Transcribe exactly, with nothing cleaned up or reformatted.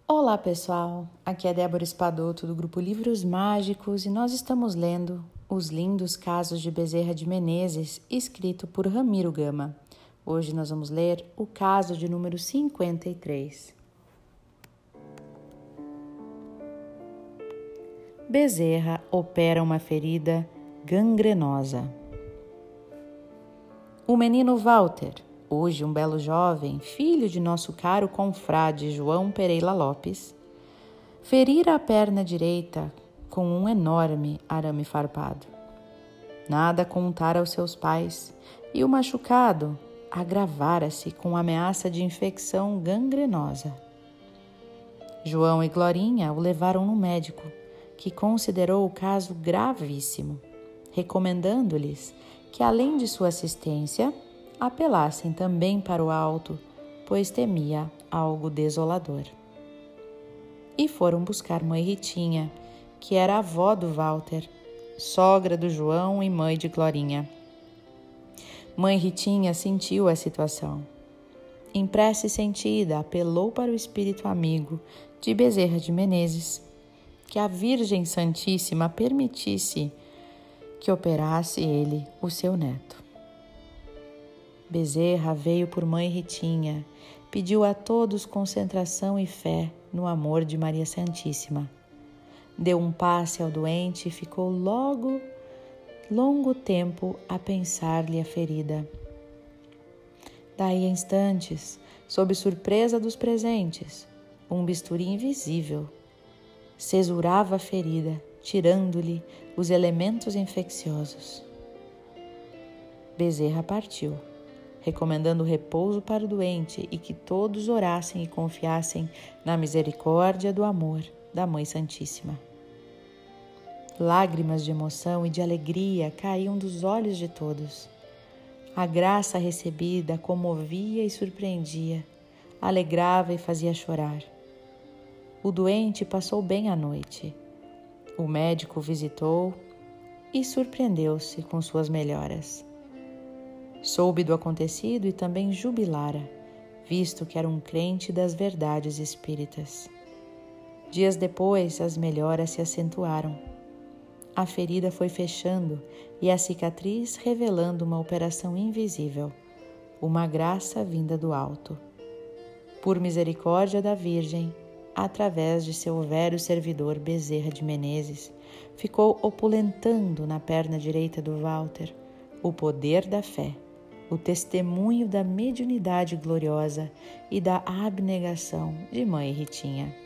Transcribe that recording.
Olá pessoal, aqui é Débora Espadoto do grupo Livros Mágicos e nós estamos lendo Os Lindos Casos de Bezerra de Menezes, escrito por Ramiro Gama. Hoje nós vamos ler o caso de número cinquenta e três. Bezerra opera uma ferida gangrenosa. O menino Walter, hoje um belo jovem, filho de nosso caro confrade João Pereira Lopes, ferira a perna direita com um enorme arame farpado. Nada a contar aos seus pais, e o machucado agravara-se com ameaça de infecção gangrenosa. João e Glorinha o levaram no médico, que considerou o caso gravíssimo, recomendando-lhes que, além de sua assistência, apelassem também para o alto, pois temia algo desolador. E foram buscar mãe Ritinha, que era avó do Walter, sogra do João e mãe de Glorinha. Mãe Ritinha sentiu a situação. Em prece sentida, apelou para o espírito amigo de Bezerra de Menezes, que a Virgem Santíssima permitisse que operasse ele, o seu neto. Bezerra veio por mãe Ritinha, pediu a todos concentração e fé no amor de Maria Santíssima. Deu um passe ao doente e ficou logo, longo tempo a pensar-lhe a ferida. Daí a instantes, sob surpresa dos presentes, um bisturi invisível cesurava a ferida, tirando-lhe os elementos infecciosos. Bezerra partiu, recomendando repouso para o doente e que todos orassem e confiassem na misericórdia do amor da Mãe Santíssima. Lágrimas de emoção e de alegria caíam dos olhos de todos. A graça recebida comovia e surpreendia, alegrava e fazia chorar. O doente passou bem a noite. O médico o visitou e surpreendeu-se com suas melhoras. Soube do acontecido e também jubilara, visto que era um crente das verdades espíritas. Dias depois, as melhoras se acentuaram. A ferida foi fechando e a cicatriz revelando uma operação invisível, uma graça vinda do alto. Por misericórdia da Virgem, através de seu velho servidor Bezerra de Menezes, ficou opulentando na perna direita do Walter o poder da fé, o testemunho da mediunidade gloriosa e da abnegação de mãe Ritinha.